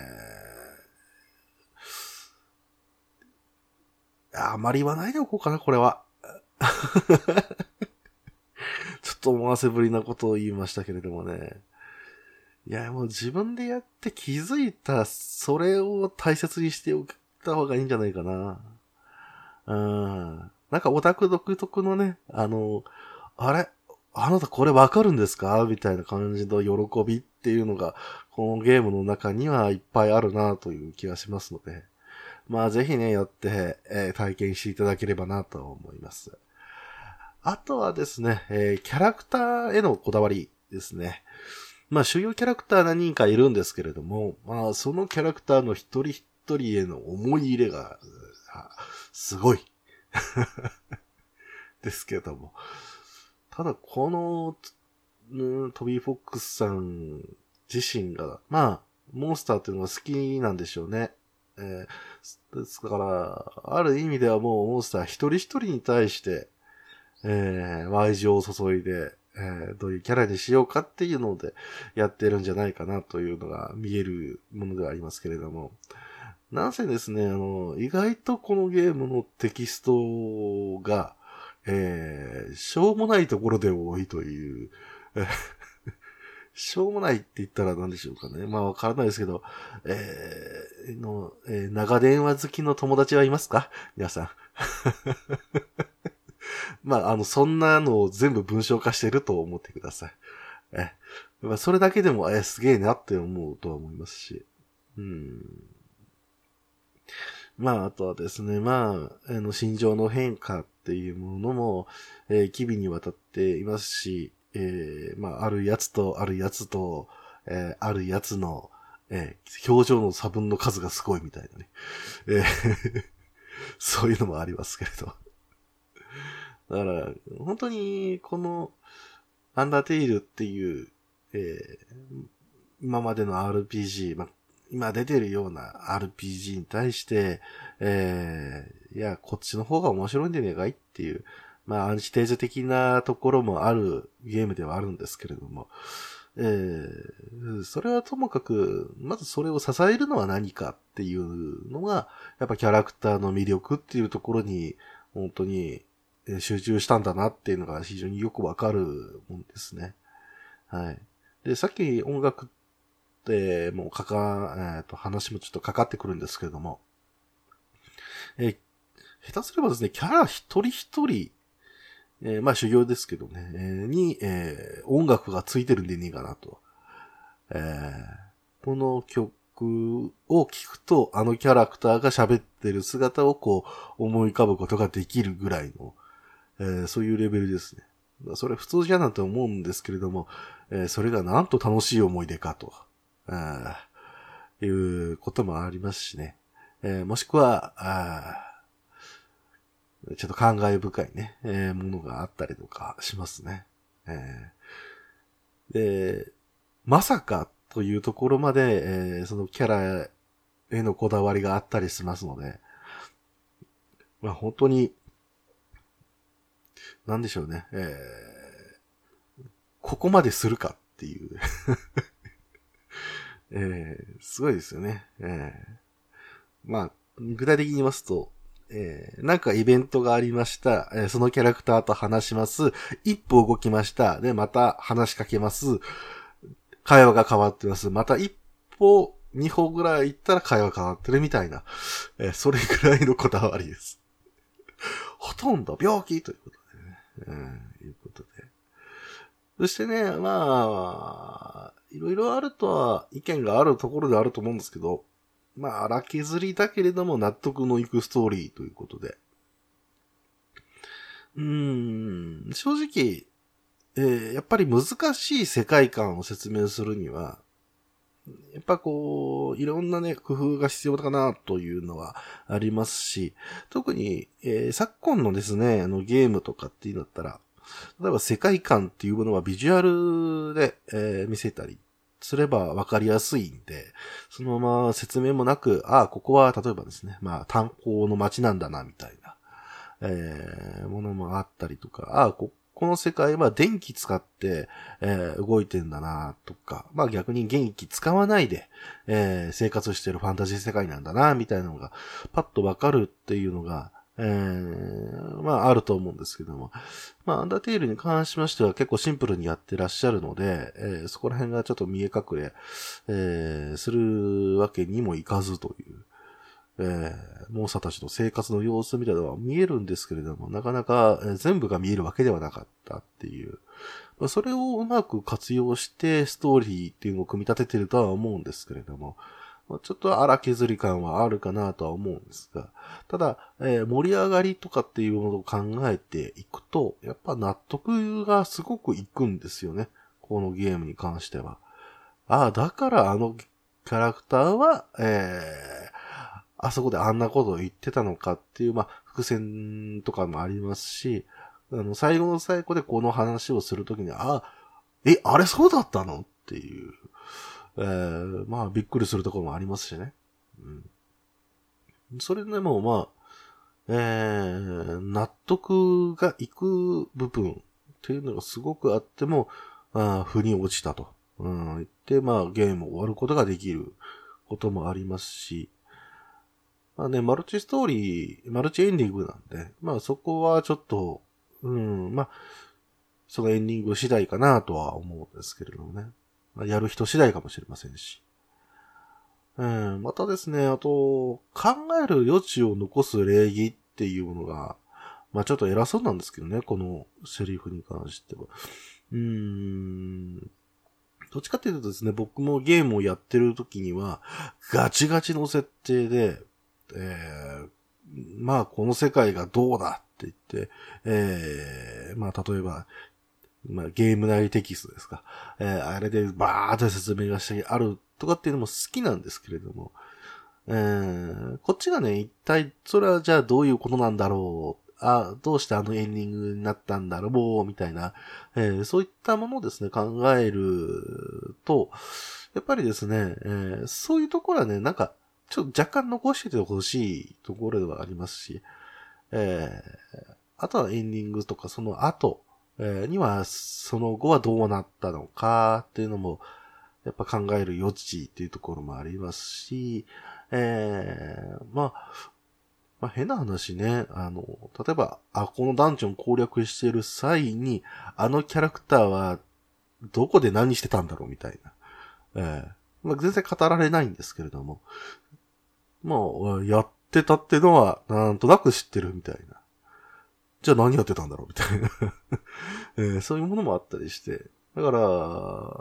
あまり言わないでおこうかな、これは。ちょっと思わせぶりなことを言いましたけれどもね。いや、もう自分でやって気づいた、それを大切にしておいた方がいいんじゃないかな。うん。なんかオタク独特のね、あの、あれあなたこれわかるんですかみたいな感じの喜びっていうのが、このゲームの中にはいっぱいあるなという気がしますので、まあぜひね、やって、えー、体験していただければなと思います。あとはですね、えー、キャラクターへのこだわりですね。まあ主要キャラクター何人かいるんですけれども、まあそのキャラクターの一人一人への思い入れが、すごい。ですけども。ただこの、トビー・フォックスさん自身が、まあ、モンスターっていうのが好きなんでしょうね。えー、ですから、ある意味ではもうモンスター一人一人に対して、えー、愛情を注いで、えー、どういうキャラにしようかっていうのでやってるんじゃないかなというのが見えるものではありますけれども。なんせですね、あの、意外とこのゲームのテキストが、えー、しょうもないところで多いという、しょうもないって言ったら何でしょうかね。まあわからないですけど、えー、の、えー、長電話好きの友達はいますか皆さん。まあ、あの、そんなのを全部文章化してると思ってください。え、まあ、それだけでも、え、すげえなって思うとは思いますし。うん。まあ、あとはですね、まあ、あの、心情の変化っていうものも、えー、機微にわたっていますし、えー、まあ、あるやつと、あるやつと、えー、あるやつの、えー、表情の差分の数がすごいみたいなね。えーそういうのもありますけれど。だから、本当に、この、アンダーテイルっていう、えー、今までの アールピージー、まあ、今出てるような アールピージー に対して、えー、いや、こっちの方が面白いんじゃねえかいっていう、まあ、アンチテーゼ的なところもあるゲームではあるんですけれども、えー、それはともかく、まずそれを支えるのは何かっていうのが、やっぱキャラクターの魅力っていうところに、本当に集中したんだなっていうのが非常によくわかるもんですね。はい。で、さっき音楽ってもうかか、えっ、ー、と、話もちょっとかかってくるんですけれども、えー、下手すればですね、キャラ一人一人、えー、まあ修行ですけどね、えー、に、えー、音楽がついてるんでねえかなと。えー、この曲を聴くと、あのキャラクターが喋ってる姿をこう思い浮かぶことができるぐらいの、えー、そういうレベルですね。それ普通じゃなんて思うんですけれども、えー、それがなんと楽しい思い出かと。 いうこともありますしね。えー、もしくは、あちょっと感慨深いね、えー、ものがあったりとかしますね。えー、で、まさかというところまで、えー、そのキャラへのこだわりがあったりしますので、まあ本当に、なんでしょうね、えー、ここまでするかっていう、えー、すごいですよね。えー、まあ、具体的に言いますと、えー、なんかイベントがありました。えー、そのキャラクターと話します。一歩動きました。で、また話しかけます。会話が変わってます。また一歩、二歩ぐらい行ったら会話変わってるみたいな。えー、それぐらいのこだわりです。ほとんど病気ということでね。うん、いうことで。そしてね、まあ、いろいろあるとは意見があるところであると思うんですけど、まあ、荒削りだけれども納得のいくストーリーということで。うーん、正直、えー、やっぱり難しい世界観を説明するには、やっぱこう、いろんなね、工夫が必要かなというのはありますし、特に、えー、昨今のですね、あのゲームとかっていうんだったら、例えば世界観っていうものはビジュアルで、えー、見せたりすればわかりやすいんで、そのまま説明もなく、ああ、ここは例えばですね、まあ炭鉱の街なんだな、みたいな、えー、ものもあったりとか、ああ、ここの世界は電気使って、えー、動いてんだなとか、まあ逆に電気使わないで、えー、生活してるファンタジー世界なんだなみたいなのがパッとわかるっていうのが、えー、まああると思うんですけども、まあアンダーテールに関しましては結構シンプルにやってらっしゃるので、えー、そこら辺がちょっと見え隠れ、えー、するわけにもいかずという、えー、モンスターたちの生活の様子みたいなのは見えるんですけれども、なかなか全部が見えるわけではなかったっていう。それをうまく活用してストーリーっていうのを組み立ててるとは思うんですけれども、ちょっと荒削り感はあるかなとは思うんですが、ただ、えー、盛り上がりとかっていうものを考えていくと、やっぱ納得がすごくいくんですよね。このゲームに関しては。ああ、だからあのキャラクターは、えー、あそこであんなことを言ってたのかっていう、まあ、伏線とかもありますし、あの、最後の最後でこの話をするときに、あ、え、あれそうだったのっていう、えー、まあ、びっくりするところもありますしね。うん。それでも、まあ、えー、納得がいく部分っていうのがすごくあっても、あ腑に落ちたと。うん、言って、まあ、ゲームを終わることができることもありますし、まあね、マルチストーリー、マルチエンディングなんで、まあそこはちょっと、うん、まあ、そのエンディング次第かなとは思うんですけれどもね。まあ、やる人次第かもしれませんし。うん、またですね、あと、考える余地を残す礼儀っていうものが、まあちょっと偉そうなんですけどね、このセリフに関しては。うーん、どっちかっていうとですね、僕もゲームをやってる時には、ガチガチの設定で、えー、まあこの世界がどうだって言って、えー、まあ例えば、まあゲーム内テキストですか。えー、あれでバーって説明がしてあるとかっていうのも好きなんですけれども、えー、こっちがね、一体それはじゃあどういうことなんだろう。あ、どうしてあのエンディングになったんだろう、みたいな、えー、そういったものをですね、考えると、やっぱりですね、えー、そういうところはね、なんか、ちょっと若干残しててほしいところではありますし、えー、あとはエンディングとかその後、えー、にはその後はどうなったのかっていうのもやっぱ考える余地っていうところもありますし、えー、まあ、まあ、変な話ね、あの、例えば、あ、このダンジョン攻略してる際に、あのキャラクターはどこで何してたんだろうみたいな。えーまあ、全然語られないんですけれども、まあ、やってたってのは、なんとなく知ってるみたいな。じゃあ何やってたんだろうみたいな、えー。そういうものもあったりして。だから、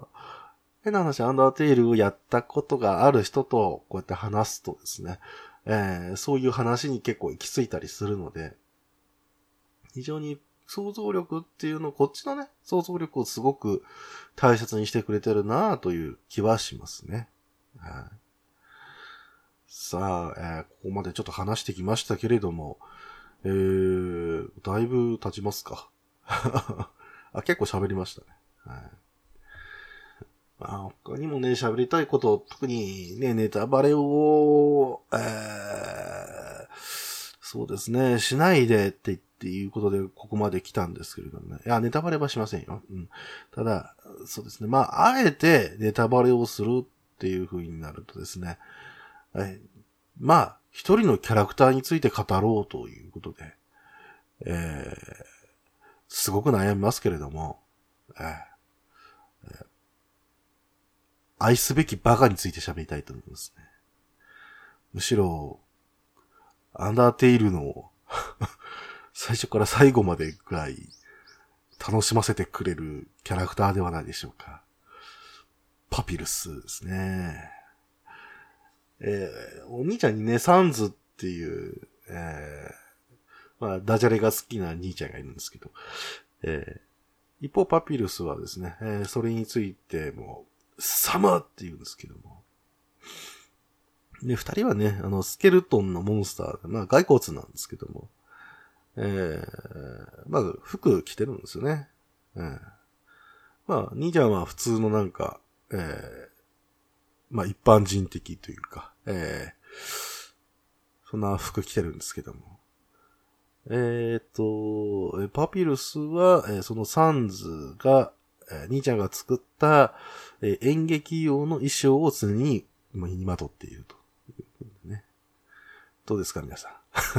変な話、アンダーテールをやったことがある人とこうやって話すとですね、えー、そういう話に結構行き着いたりするので、非常に想像力っていうのを、こっちのね、想像力をすごく大切にしてくれてるなという気はしますね。はい。 さあ、えー、ここまでちょっと話してきましたけれども、えー、だいぶ経ちますか。あ、結構喋りましたね。はい。まあ、他にもね、喋りたいこと、特にね、ネタバレを、えー、そうですね、しないでってっていうことで、ここまで来たんですけれどもね。いや、ネタバレはしませんよ。うん。ただ、そうですね、まあ、あえてネタバレをするっていう風になるとですね、えまあ、一人のキャラクターについて語ろうということで、えー、すごく悩みますけれども、えーえー、愛すべきバカについて喋りたいと思いますね。むしろ、アンダーテイルの最初から最後までぐらい楽しませてくれるキャラクターではないでしょうか。パピルスですね。えー、お兄ちゃんにね、サンズっていう、えー、まあ、ダジャレが好きな兄ちゃんがいるんですけど、えー、一方パピルスはですね、えー、それについても、サマーって言うんですけども、で、二人はね、あの、スケルトンのモンスターで、まあ、骸骨なんですけども、えー、まあ、服着てるんですよね。えー、まあ、兄ちゃんは普通のなんか、えー、まあ、一般人的というか、えー、そんな服着てるんですけども。えー、っと、パピルスは、えー、そのサンズが、えー、兄ちゃんが作った、えー、演劇用の衣装を常に身にまとっていると。ね、どうですか皆さん。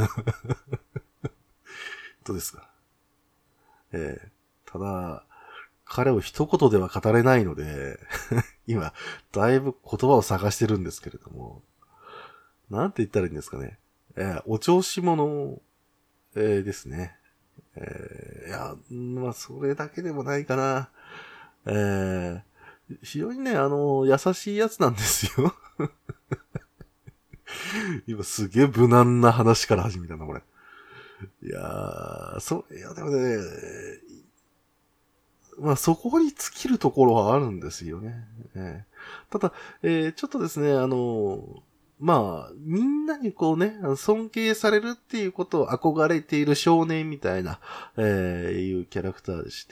どうですか、えー、ただ、彼を一言では語れないので、今、だいぶ言葉を探してるんですけれども、なんて言ったらいいんですかね。えー、お調子者、えー、ですね。えー、いや、まあ、それだけでもないかな。えー、非常にね、あの、優しいやつなんですよ。今すげえ無難な話から始めたな、これ。いやー、そう、いや、でもね、まあそこに尽きるところはあるんですよね。えー、ただ、えー、ちょっとですね、あの、まあ、みんなにこうね、尊敬されるっていうことを憧れている少年みたいな、えー、いうキャラクターでして、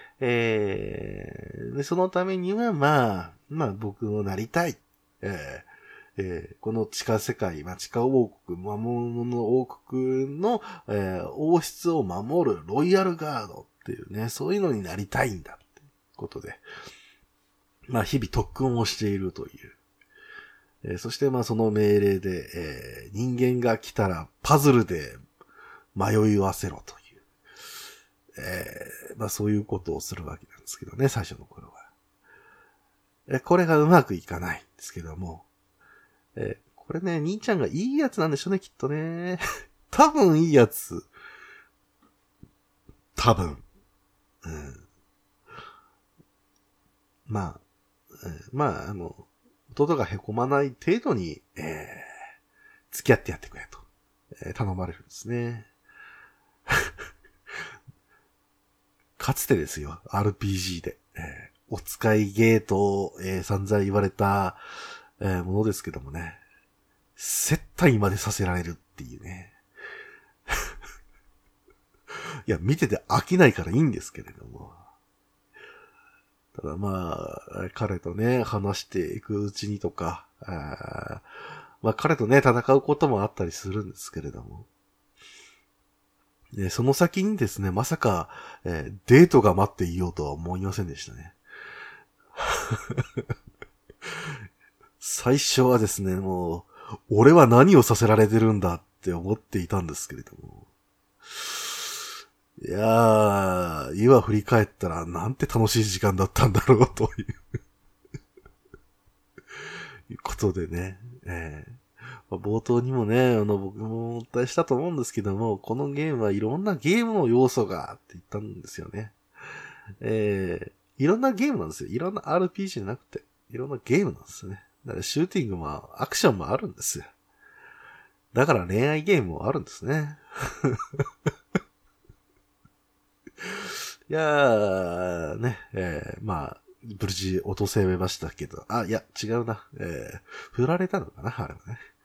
えー、でそのためには、まあ、まあ僕をなりたい。えーえー、この地下世界、まあ、地下王国、魔物の王国の、えー、王室を守るロイヤルガードっていうね、そういうのになりたいんだってことで、まあ日々特訓をしているという。えー、そしてまあその命令で、えー、人間が来たらパズルで迷いわせろという。えー、まあそういうことをするわけなんですけどね、最初の頃は。えー、これがうまくいかないんですけども、えー、これね、兄ちゃんがいいやつなんでしょうね、きっとね。多分いいやつ。多分。うん、まあ、えー、まあ、あの、弟が凹まない程度に、えー、付き合ってやってくれと、えー、頼まれるんですね。かつてですよ、アールピージー で。えー、お使いゲート、えー、散々言われた、えー、ものですけどもね。接待までさせられるっていうね。いや、見てて飽きないからいいんですけれども。ただまあ、彼とね、話していくうちにとか、あまあ彼とね、戦うこともあったりするんですけれども。でその先にですね、まさか、えー、デートが待っていようとは思いませんでしたね。最初はですね、もう、俺は何をさせられてるんだって思っていたんですけれども。いやー、今振り返ったらなんて楽しい時間だったんだろうといういうことでね、えー、冒頭にもね、あの僕もお伝えしたと思うんですけども、このゲームはいろんなゲームの要素がって言ったんですよね。えー、いろんなゲームなんですよ。いろんな アールピージー じゃなくて、いろんなゲームなんですよね。だからシューティングもアクションもあるんですよ。だから恋愛ゲームもあるんですね。いやー、ね、えー、まあ、無事落とせましたけど、あ、いや、違うな。えー、振られたのかな、あれはね。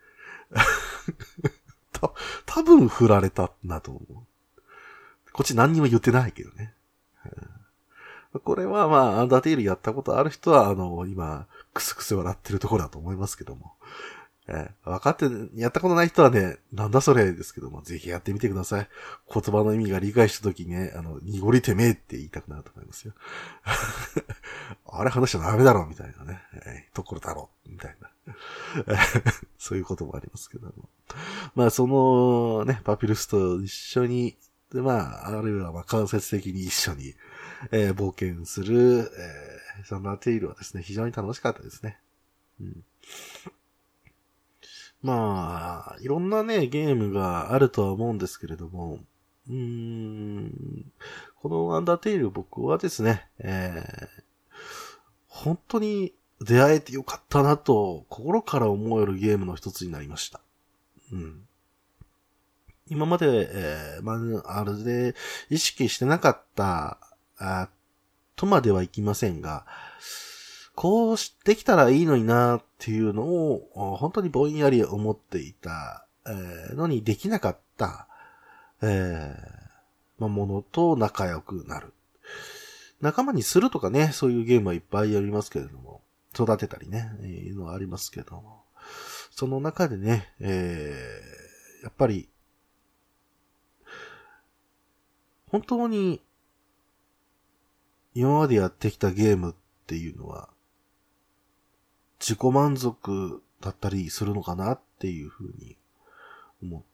多分振られたなと思う。こっち何にも言ってないけどね。これはまあ、アンダーテイルやったことある人は、あの、今、クスクス笑ってるところだと思いますけども。えー、分かって、やったことない人はね、なんだそれですけども、ぜひやってみてください。言葉の意味が理解したときにね、あの、濁りてめえって言いたくなると思いますよ。あれ話しちゃダメだろ、みたいなね。えー、ところだろ、みたいな。そういうこともありますけども。まあ、その、ね、パピルスと一緒に、で、まあ、あるいはまあ間接的に一緒に、えー、冒険する、えー、サンダーテイルはですね、非常に楽しかったですね。うん、まあ、いろんなね、ゲームがあるとは思うんですけれども、うーん、このアンダーテイル僕はですね、えー、本当に出会えてよかったなと、心から思えるゲームの一つになりました。うん。今まで、えー、まあ、あれで意識してなかった、あとまではいきませんが、こうできたらいいのになっていうのを、本当にぼんやり思っていた、えー、のにできなかった、えー、まあ、ものと仲良くなる。仲間にするとかね、そういうゲームはいっぱいありますけれども、育てたりね、えー、いうのはありますけども、その中でね、えー、やっぱり、本当に今までやってきたゲームっていうのは自己満足だったりするのかなっていうふうに思って、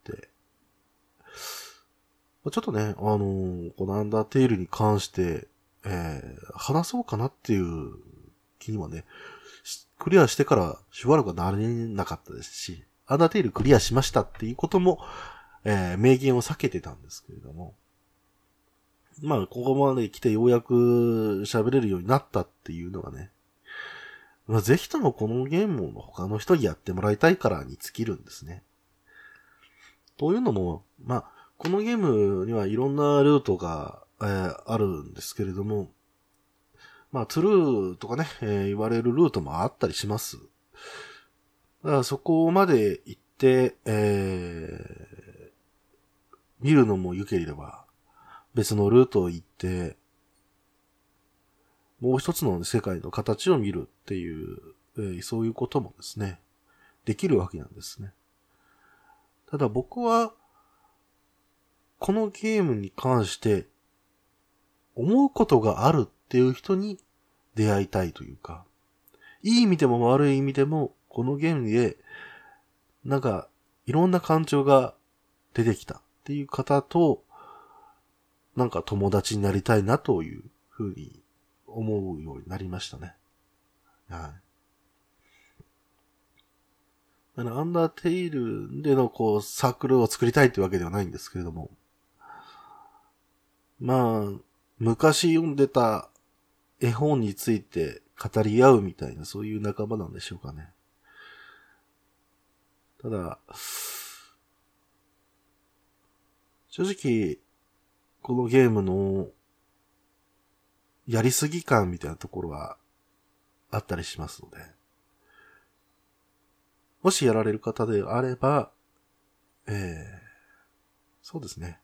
ちょっとね、あのー、このアンダーテイルに関して、えー、話そうかなっていう気にはね、クリアしてからしばらくはなれなかったですし、アンダーテイルクリアしましたっていうことも、えー、明言を避けてたんですけれども、まあ、ここまで来てようやく喋れるようになったっていうのはね、まあ、ぜひともこのゲームを他の人にやってもらいたいからに尽きるんですね。というのも、まあ、このゲームにはいろんなルートが、えー、あるんですけれども、まあ、トゥルーとかね、えー、言われるルートもあったりします。だからそこまで行って、えー、見るのも良ければ、別のルートを行って、もう一つの世界の形を見るっていう、えー、そういうこともですね、できるわけなんですね。ただ僕は、このゲームに関して、思うことがあるっていう人に出会いたいというか、いい意味でも悪い意味でも、このゲームで、なんか、いろんな感情が出てきたっていう方と、なんか友達になりたいなというふうに思うようになりましたね。はい。アンダーテイルでのこうサークルを作りたいってわけではないんですけれども、まあ、昔読んでた絵本について語り合うみたいなそういう仲間なんでしょうかね。ただ、正直、このゲームのやりすぎ感みたいなところはあったりしますので、もしやられる方であれば、えー、そうですね。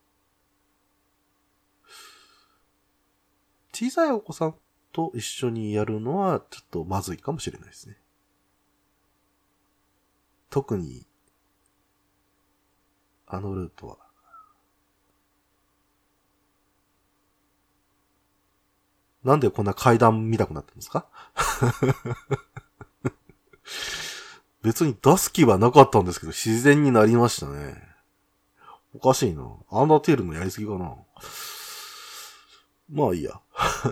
小さいお子さんと一緒にやるのはちょっとまずいかもしれないですね。特に、あのルートは。なんでこんな階段見たくなったんですか？別に出す気はなかったんですけど、自然になりましたね。おかしいな。アンダーテールのやりすぎかな。まあいいや。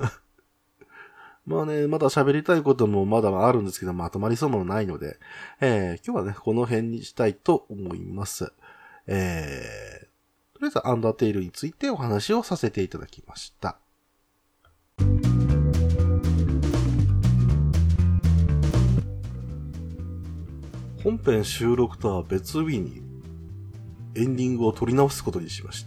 まあね、まだ喋りたいこともまだあるんですけど、まとまりそうものないので、えー、今日はね、この辺にしたいと思います。えー、とりあえずアンダーテールについてお話をさせていただきました。本編収録とは別日にエンディングを撮り直すことにしました。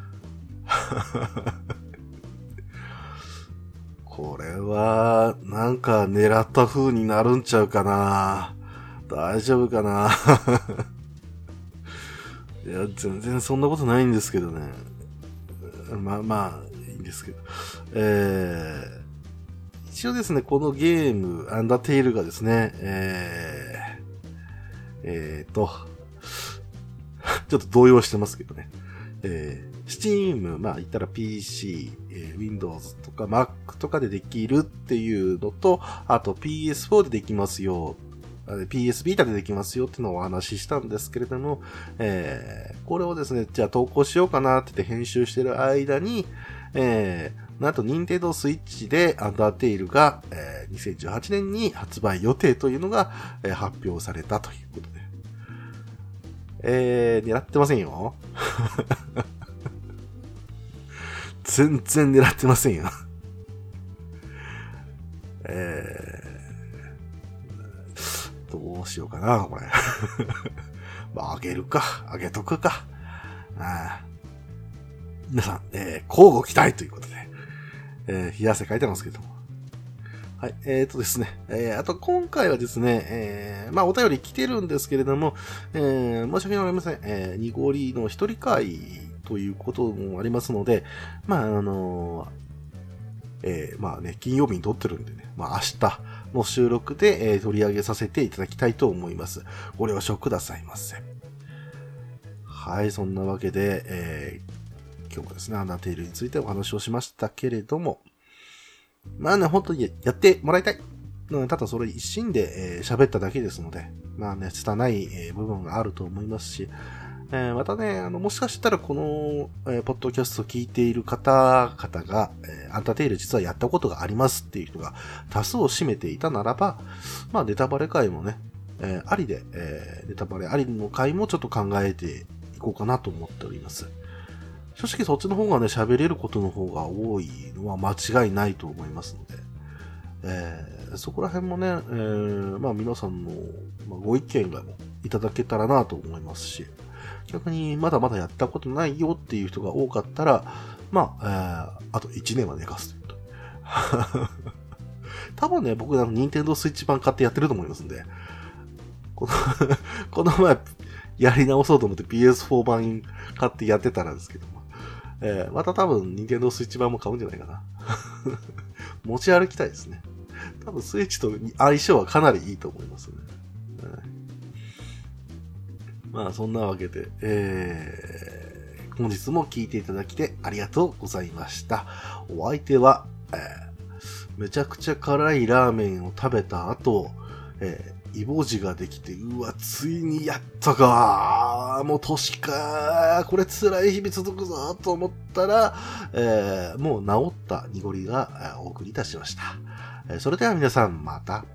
これはなんか狙った風になるんちゃうかな。大丈夫かな。 いや、全然そんなことないんですけどね。まあまあ、いいんですけど。えー、一応ですね、このゲーム、アンダーテイルがですね、えー、えーと、ちょっと動揺してますけどね。えー、Steam、まあ言ったら ピーシー、えー、Windows とか Mac とかでできるっていうのと、あと ピーエスフォー でできますよ。ピーエス ビータでできますよっていうのをお話ししたんですけれども、えー、これをですね、じゃあ投稿しようかなって言って編集してる間に、えー、なんと Nintendo Switch でアンダーテイルが、えー、にせんじゅうはちねんに発売予定というのが、えー、発表されたということで。えー、狙ってませんよ。全然狙ってませんよ。えーどうしようかな、これ。まあ、あげるか。あげとくか。あ皆さん、えー、交互期待ということで、えー、冷や汗書いてますけども。はい。えーとですね。えー、あと今回はですね、えー、まあお便り来てるんですけれども、えー、申し訳ありません。えー、にごりの一人会ということもありますので、まああのー、えー、まあね、金曜日に撮ってるんでね、まあ明日の収録で、えー、取り上げさせていただきたいと思います。ご了承くださいませ。はい、そんなわけで、えー、今日もですね、アンダーテイルについてお話をしましたけれども、まあね、本当にやってもらいたい。ただそれ一心で喋、えー、っただけですので、まあね、拙い、えー、部分があると思いますし、えー、またね、あの、もしかしたらこの、えー、ポッドキャストを聞いている方々が、えー、アンダーテイル実はやったことがありますっていう人が多数を占めていたならば、まあネタバレ会もね、えー、ありで、えー、ネタバレありの会もちょっと考えていこうかなと思っております。正直そっちの方がね、喋れることの方が多いのは間違いないと思いますので、えー、そこら辺もね、えー、まあ皆さんの、まあ、ご意見がいただけたらなと思いますし、逆にまだまだやったことないよっていう人が多かったら、まあ、えー、あといちねんは寝かすというと。多分ね、僕あの、Nintendo Switch 版買ってやってると思いますんで、この、この前、やり直そうと思って ピーエスフォー 版買ってやってたらですけども、えー、また多分 Nintendo Switch 版も買うんじゃないかな。持ち歩きたいですね。多分スイッチと相性はかなりいいと思いますね。まあそんなわけで、えー、本日も聞いていただきてありがとうございました。お相手は、えー、めちゃくちゃ辛いラーメンを食べた後、えー、イボ痔ができて、うわ、ついにやったかもう年かこれ辛い日々続くぞと思ったら、えー、もう治った濁りがお送りいたしました。えー、それでは皆さんまた。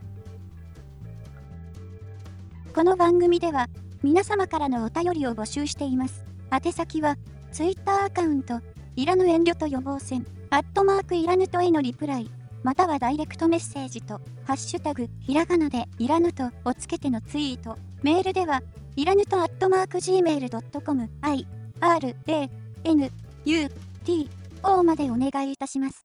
この番組では皆様からのお便りを募集しています。宛先は、ツイッターアカウント、いらぬ遠慮と予防線、アットマークいらぬとへのリプライ、またはダイレクトメッセージと、ハッシュタグ、ひらがなで、いらぬとをつけてのツイート、メールでは、いらぬとアットマーク ジーメールドットコム、i, r, a, n, u, t, o までお願いいたします。